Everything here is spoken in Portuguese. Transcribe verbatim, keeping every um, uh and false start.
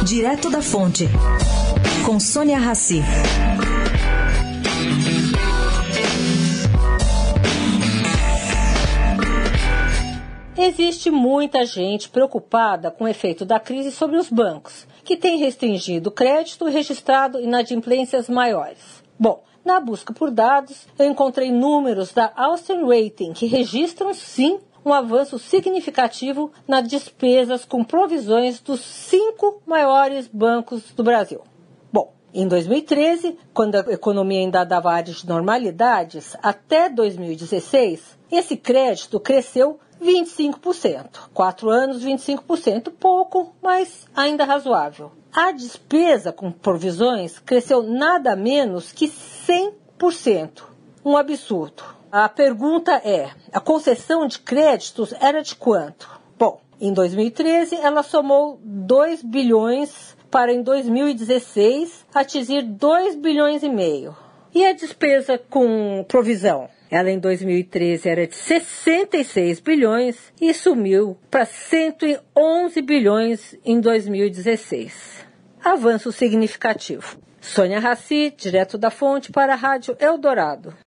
Direto da Fonte, com Sônia Rassi. Existe muita gente preocupada com o efeito da crise sobre os bancos, que tem restringido o crédito e registrado inadimplências maiores. Bom, na busca por dados, eu encontrei números da Austin Rating que registram, sim, um avanço significativo nas despesas com provisões dos cinco maiores bancos do Brasil. Bom, em dois mil e treze, quando a economia ainda dava áreas de normalidades, até dois mil e dezesseis, esse crédito cresceu vinte e cinco por cento. Quatro anos, vinte e cinco por cento, pouco, mas ainda razoável. A despesa com provisões cresceu nada menos que cem por cento. Um absurdo. A pergunta é, a concessão de créditos era de quanto? Bom, em dois mil e treze ela somou dois bilhões para em dois mil e dezesseis atingir dois bilhões e meio. E a despesa com provisão? Ela em dois mil e treze era de sessenta e seis bilhões e sumiu para cento e onze bilhões em dois mil e dezesseis. Avanço significativo. Sônia Rassi, direto da Fonte para a Rádio Eldorado.